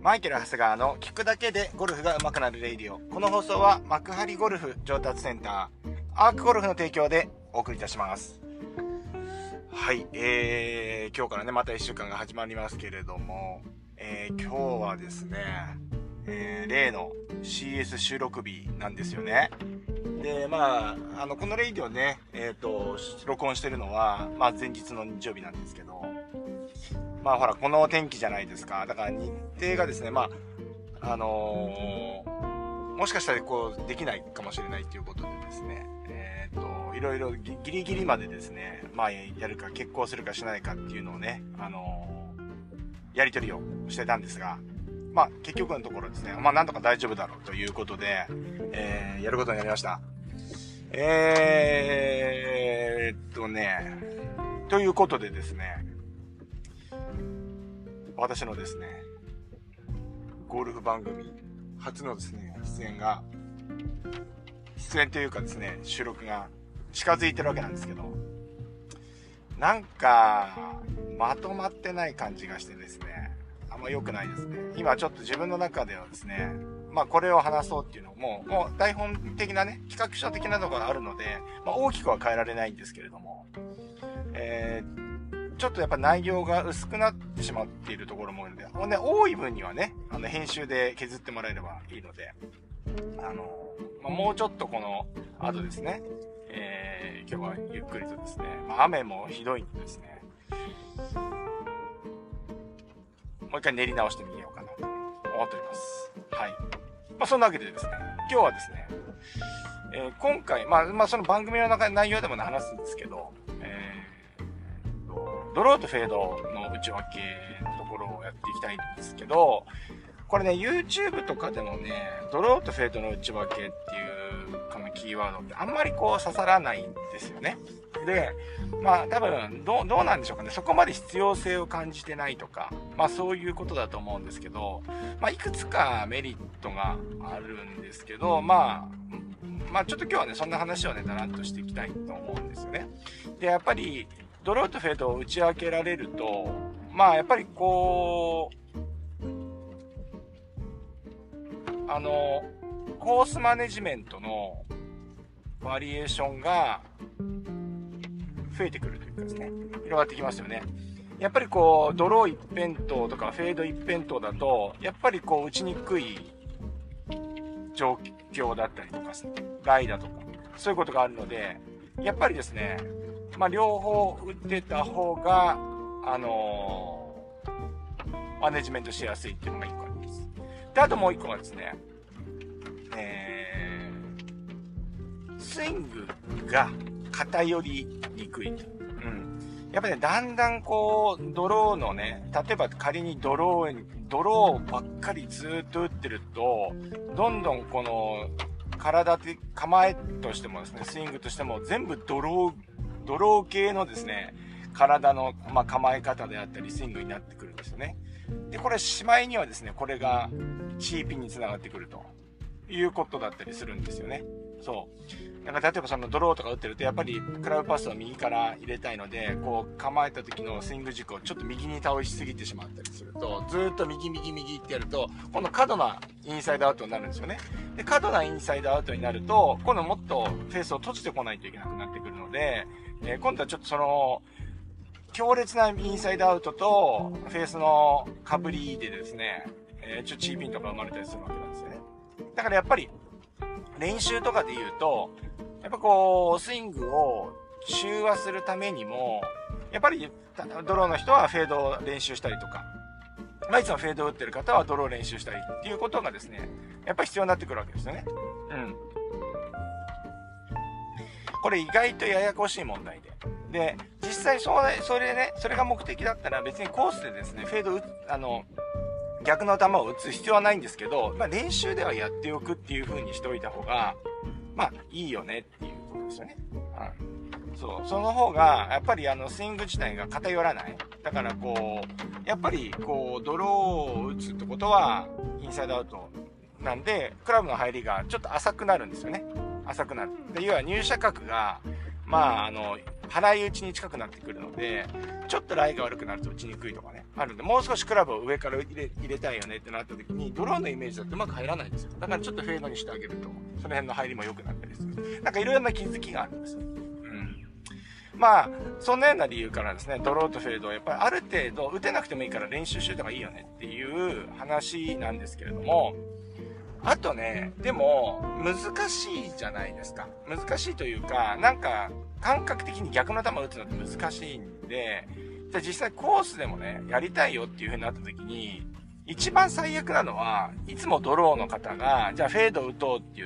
マイケル・長谷川の聞くだけでゴルフが上手くなるレイディオ。この放送は幕張ゴルフ上達センター、アークゴルフの提供でお送りいたします。はい、今日からね、また1週間が始まりますけれども、今日はですね、例の CS 収録日なんですよね。で、まあ、このレイディオね、録音してるのは、まあ前日の日曜日なんですけど、まあほら、この天気じゃないですか。だから日程がですね、まあ、もしかしたらこう、できないかもしれないということでですね、いろいろギリギリまでですね、まあやるか、決行するかしないかっていうのをね、やり取りをしてたんですが、まあ結局のところですね、まあなんとか大丈夫だろうということで、やることになりました。ということでですね、私のですね、ゴルフ番組初のですね、出演というかですね、収録が近づいてるわけなんですけど、なんかまとまってない感じがしてですね、あんま良くないですね。今ちょっと自分の中ではですね、まあこれを話そうっていうのもう台本的なね、企画書的なのがあるので、まあ大きくは変えられないんですけれども、ちょっとやっぱ内容が薄くなってしまっているところも多いので、ね、多い分にはね、編集で削ってもらえればいいので、まあ、もうちょっとこの後ですね、今日はゆっくりとですね、まあ、雨もひどいんでですね、もう一回練り直してみようかなと思っております。はい。まあ、そんなわけでですね、今日はですね、今回、まあ、その番組の中で内容でもね、話すんですけど、ドローとフェードの内訳のところをやっていきたいんですけど、これね、YouTube とかでもね、ドローとフェードの内訳っていうこのキーワードってあんまりこう刺さらないんですよね。で、まあ多分どうなんでしょうかね。そこまで必要性を感じてないとか、まあそういうことだと思うんですけど、まあいくつかメリットがあるんですけど、まあちょっと今日はね、そんな話をね、だらっとしていきたいと思うんですよね。で、やっぱり、ドローとフェードを打ち分けられると、まあやっぱりこう、コースマネジメントのバリエーションが増えてくるというかですね、広がってきますよね。やっぱりこう、ドロー一辺倒とかフェード一辺倒だと、やっぱりこう打ちにくい状況だったりとか、ライだとか、そういうことがあるので、やっぱりですね、まあ、両方打ってた方が、マネジメントしやすいっていうのが一個あります。で、あともう一個はですね、スイングが偏りにくい。うん。やっぱりね、だんだんこう、ドローのね、例えば仮にドローばっかりずーっと打ってると、どんどんこの、体で構えとしてもですね、スイングとしても全部ドロー系のですね、体の、まあ、構え方であったり、スイングになってくるんですよね。で、これ、しまいにはですね、これが、チーピンにつながってくるということだったりするんですよね。そう。なんか、例えばそのドローとか打ってると、やっぱり、クラブパスを右から入れたいので、こう、構えた時のスイング軸をちょっと右に倒しすぎてしまったりすると、ずーっと右ってやると、今度過度なインサイドアウトになるんですよね。で、過度なインサイドアウトになると、今度もっとフェースを閉じてこないといけなくなってくるので、今度はちょっとその、強烈なインサイドアウトと、フェースのかぶりでですね、ちょっとチーピンとか生まれたりするわけなんですよね。だからやっぱり、練習とかで言うと、やっぱこう、スイングを中和するためにも、やっぱり、ドローの人はフェードを練習したりとか、まあ、いつもフェードを打ってる方はドローを練習したりっていうことがですね、やっぱり必要になってくるわけですよね。うん。これ意外とややこしい問題で。で、実際それが目的だったら別にコースでですね、フェード逆の球を打つ必要はないんですけど、まあ練習ではやっておくっていう風にしておいた方が、まあいいよねっていうことですよね。うん。そう。その方が、やっぱりスイング自体が偏らない。だからこう、やっぱりこう、ドローを打つってことは、インサイドアウトなんで、クラブの入りがちょっと浅くなるんですよね。浅くなる。で、要は入射角が、まあ払い打ちに近くなってくるので、ちょっとライが悪くなると打ちにくいとかね、あるんで、もう少しクラブを上から入れたいよねってなった時に、ドローのイメージだとうまく入らないんですよ。だからちょっとフェードにしてあげると、その辺の入りも良くなったりする。なんかいろいろな気づきがあるんですよ。まあ、そんなような理由からですね、ドローとフェードをやっぱりある程度打てなくてもいいから練習しといた方がいいよねっていう話なんですけれども、あとね、でも、難しいじゃないですか。難しいというか、なんか、感覚的に逆の球打つのって難しいんで、じゃあ実際コースでもね、やりたいよっていう風になった時に、一番最悪なのは、いつもドローの方が、じゃあフェード打とうって言って、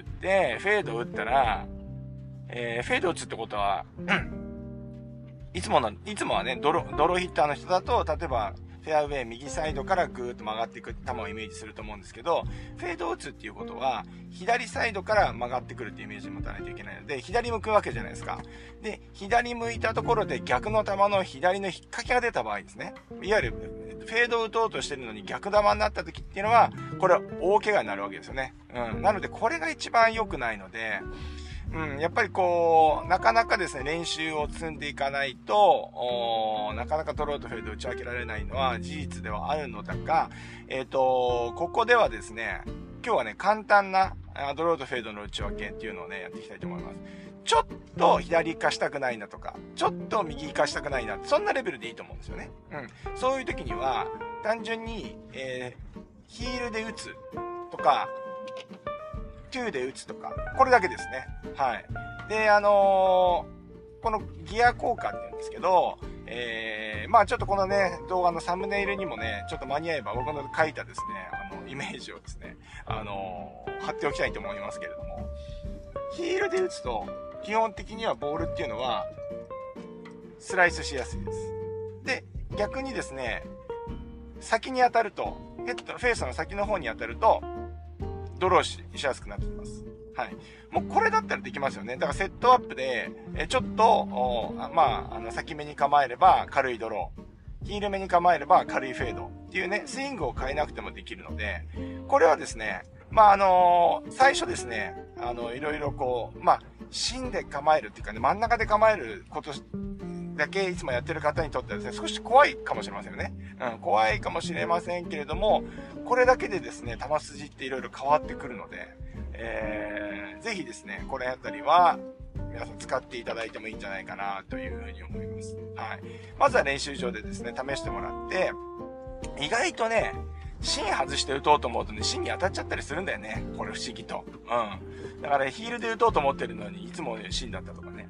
フェード打ったら、フェード打つってことは、いつもはね、ドローヒッターの人だと、例えば、フェアウェイ右サイドからぐーっと曲がっていく球をイメージすると思うんですけど、フェードを打つっていうことは、左サイドから曲がってくるっていうイメージを持たないといけないので、左向くわけじゃないですか。で、左向いたところで逆の球の左の引っかけが出た場合ですね。いわゆる、フェードを打とうとしてるのに逆球になった時っていうのは、これは大怪我になるわけですよね。なので、これが一番良くないので、やっぱりこう、なかなかですね、練習を積んでいかないと、なかなかドローとフェード打ち分けられないのは事実ではあるのだが、ここではですね、今日はね、簡単なドローとフェードの打ち分けっていうのをね、やっていきたいと思います。ちょっと左行かしたくないなとか、ちょっと右行かしたくないな、そんなレベルでいいと思うんですよね。そういう時には、単純に、ヒールで打つとか、2で打つとか、これだけですね。はい。で、このギア効果って言うんですけど、まあちょっとこのね、動画のサムネイルにもね、ちょっと間に合えば僕の書いたですね、イメージをですね、貼っておきたいと思いますけれども、ヒールで打つと、基本的にはボールっていうのは、スライスしやすいです。で、逆にですね、先に当たると、フェースの先の方に当たると、ドローしやすくなってきます。はい。もうこれだったらできますよね。だからセットアップで、ちょっと、先目に構えれば軽いドロー。ヒール目に構えれば軽いフェード。っていうね、スイングを変えなくてもできるので、これはですね、最初ですね、いろいろこう、芯で構えるっていうかね、真ん中で構えることだけいつもやってる方にとってはですね、少し怖いかもしれませんよね。怖いかもしれませんけれども、これだけでですね、球筋っていろいろ変わってくるので、ぜひですね、これあたりは、皆さん使っていただいてもいいんじゃないかなというふうに思います。はい。まずは練習場でですね、試してもらって、意外とね、芯外して打とうと思うとね、芯に当たっちゃったりするんだよね。これ不思議と。だから、ヒールで打とうと思ってるのに、いつも芯だったとかね。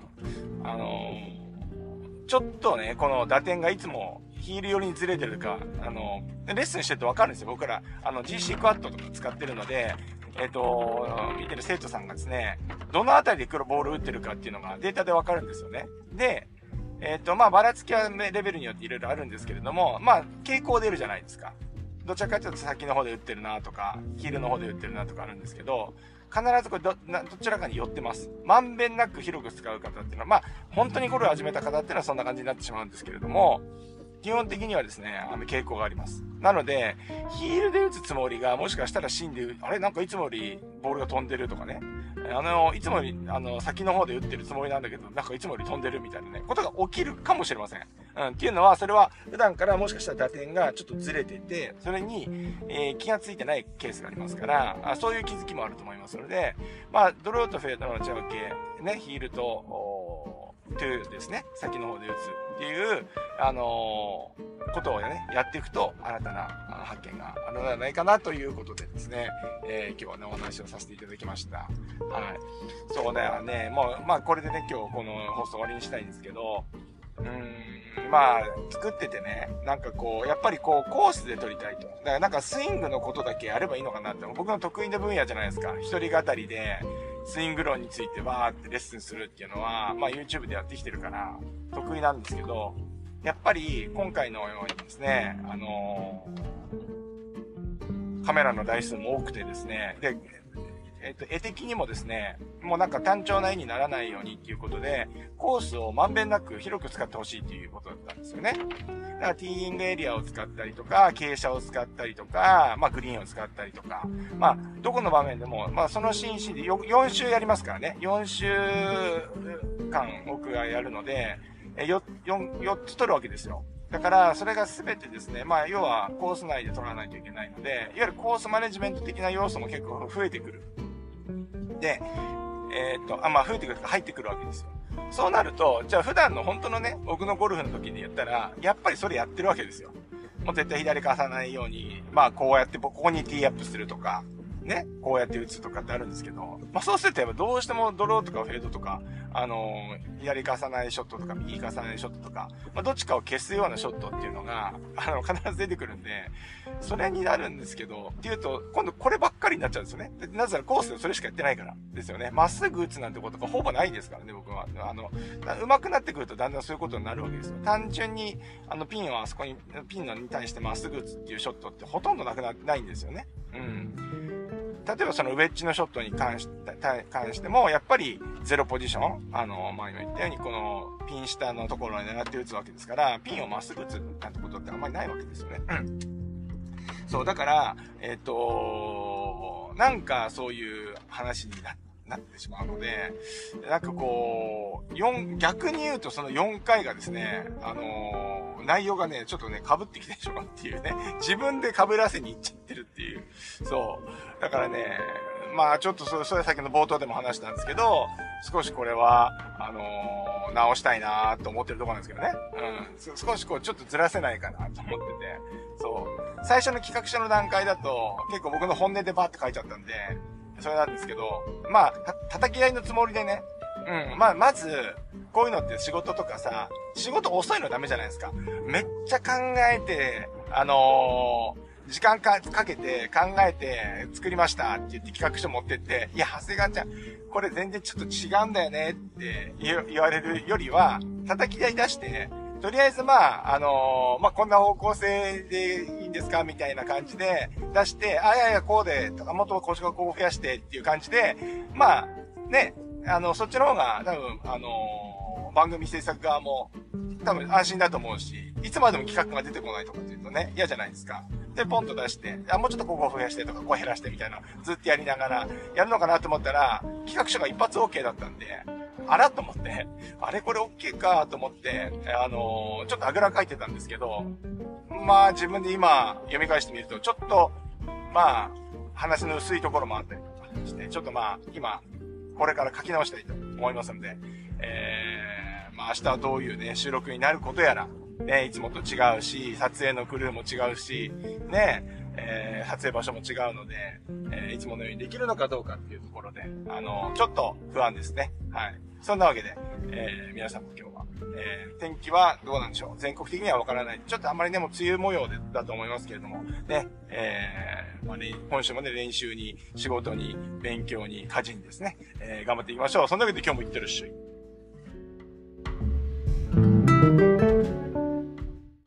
ちょっとね、この打点がいつもヒール寄りにずれてるか、レッスンしてるとわかるんですよ。僕ら、GC クワッドとか使ってるので、見てる生徒さんがですね、どのあたりでボール打ってるかっていうのがデータでわかるんですよね。で、ばらつきはレベルによっていろいろあるんですけれども、傾向出るじゃないですか。どちらかというと先の方で打ってるなとか、ヒールの方で打ってるなとかあるんですけど、必ずこれどちらかに寄ってます。まんべんなく広く使う方っていうのは、本当にゴルフを始めた方っていうのはそんな感じになってしまうんですけれども、基本的にはですね、傾向があります。なので、ヒールで打つつもりが、もしかしたら芯で、あれなんかいつもよりボールが飛んでるとかね。いつもより、先の方で打ってるつもりなんだけど、なんかいつもより飛んでるみたいなね、ことが起きるかもしれません。っていうのは、それは、普段からもしかしたら打点がちょっとずれてて、それに、気がついてないケースがありますから、そういう気づきもあると思いますので、ドローとフェードの内訳、ね、ヒールと、トゥーですね、先の方で打つっていう、ことをね、やっていくと、新たな発見があるのではないかなということでですね、今日はね、お話をさせていただきました。はい。そうだよね、もう、これでね、今日この放送終わりにしたいんですけど、作っててね、なんかこう、やっぱりこう、コースで撮りたいと。だからなんかスイングのことだけやればいいのかなって、僕の得意な分野じゃないですか。一人語りで、スイング論についてわーってレッスンするっていうのは、YouTube でやってきてるから、得意なんですけど、やっぱり今回のようにですね、カメラの台数も多くてですね、で、 絵的にもですね、もうなんか単調な絵にならないようにっていうことで、コースをまんべんなく広く使ってほしいっていうことだったんですよね。だからティーイングエリアを使ったりとか、傾斜を使ったりとか、まあグリーンを使ったりとか、まあどこの場面でも、まあそのシーンで4周やりますからね。4周間僕がやるので、4つ取るわけですよ。だから、それが全てですね、まあ、要は、コース内で取らないといけないので、いわゆるコースマネジメント的な要素も結構増えてくる。で、まあ、増えてくると入ってくるわけですよ。そうなると、じゃあ普段の本当のね、僕のゴルフの時に言ったら、やっぱりそれやってるわけですよ。もう絶対左かさないように、まあ、こうやって、ここにティーアップするとか、ね、こうやって打つとかってあるんですけど、まあそうするとやっぱどうしてもドローとかフェードとか、左かさないショットとか右かさないショットとか、まあどっちかを消すようなショットっていうのが、必ず出てくるんで、それになるんですけど、っていうと、今度こればっかりになっちゃうんですよね。でなぜならコースでそれしかやってないからですよね。まっすぐ打つなんてことがほぼないですからね、僕は。上手くなってくるとだんだんそういうことになるわけですよ。単純に、ピンをあそこに、ピンのに対してまっすぐ打つっていうショットってほとんどないんですよね。うん。例えばそのウェッジのショットに関しても、やっぱりゼロポジション、前も言ったように、このピン下のところを狙って打つわけですから、ピンをまっすぐ打つなんてことってあんまりないわけですよね。そう、だから、なんかそういう話になってしまうので、なんかこう、逆に言うとその4回がですね、内容がね、ちょっとね、被ってきてしまうっていうね、自分で被らせに行っちゃってるっていう。そう。だからね、まあちょっとそれ先の冒頭でも話したんですけど、少しこれは、直したいなと思ってるところなんですけどね。うん。少しこう、ちょっとずらせないかなと思ってて、そう。最初の企画書の段階だと、結構僕の本音でバーって書いちゃったんで、それなんですけど、まあ、叩き合いのつもりでね、まず、こういうのって仕事とかさ、仕事遅いのダメじゃないですか。めっちゃ考えて、時間かけて考えて作りましたって言って企画書持ってって、いや、長谷川ちゃん、これ全然ちょっと違うんだよねって言われるよりは、叩き合い出して、とりあえずまあ、こんな方向性でいいんですかみたいな感じで出して、いやこうで、とか、もっとこう増やしてっていう感じで、まあ、ね、そっちの方が多分、番組制作側も多分安心だと思うし、いつまでも企画が出てこないとかって言うとね、嫌じゃないですか。で、ポンと出して、もうちょっとここを増やしてとか、こう減らしてみたいな、ずっとやりながら、やるのかなと思ったら、企画書が一発 OK だったんで、あらと思って、あれこれ OK かと思って、ちょっとあぐらかいてたんですけど、まあ自分で今読み返してみると、ちょっと、まあ、話の薄いところもあったりとかして、ちょっとまあ、今、これから書き直したいと思いますので、まあ明日はどういうね、収録になることやら、ね、いつもと違うし、撮影のクルーも違うし、ね、撮影場所も違うので、いつものようにできるのかどうかっていうところで、ちょっと不安ですね。はい。そんなわけで、皆さんも今日は、天気はどうなんでしょう。全国的にはわからない。ちょっとあんまりね、もう梅雨模様だと思いますけれども、ね、まあ、今週もね、練習に、仕事に、勉強に、家事にですね、頑張っていきましょう。そんなわけで今日もいってらっしゃい。